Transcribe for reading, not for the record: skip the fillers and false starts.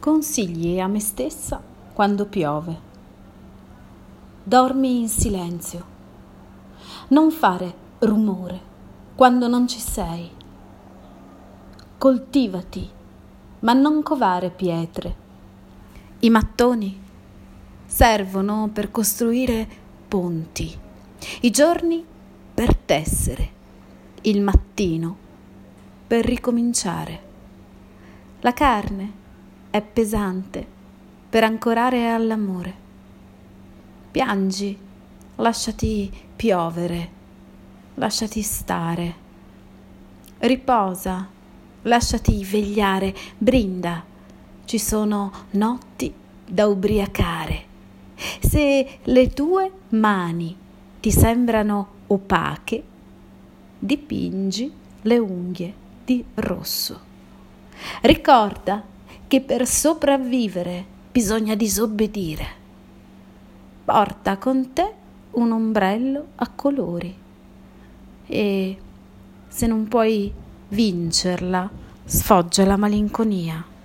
Consigli a me stessa quando piove. Dormi in silenzio. Non fare rumore quando non ci sei. Coltivati, ma non covare pietre. I mattoni servono per costruire ponti, i giorni per tessere, il mattino per ricominciare. La carne è pesante per ancorare all'amore. Piangi, lasciati piovere, lasciati stare. Riposa, lasciati vegliare, brinda. Ci sono notti da ubriacare. Se le tue mani ti sembrano opache, dipingi le unghie di rosso. Ricorda che per sopravvivere bisogna disobbedire. Porta con te un ombrello a colori e se non puoi vincerla, sfoggia la malinconia.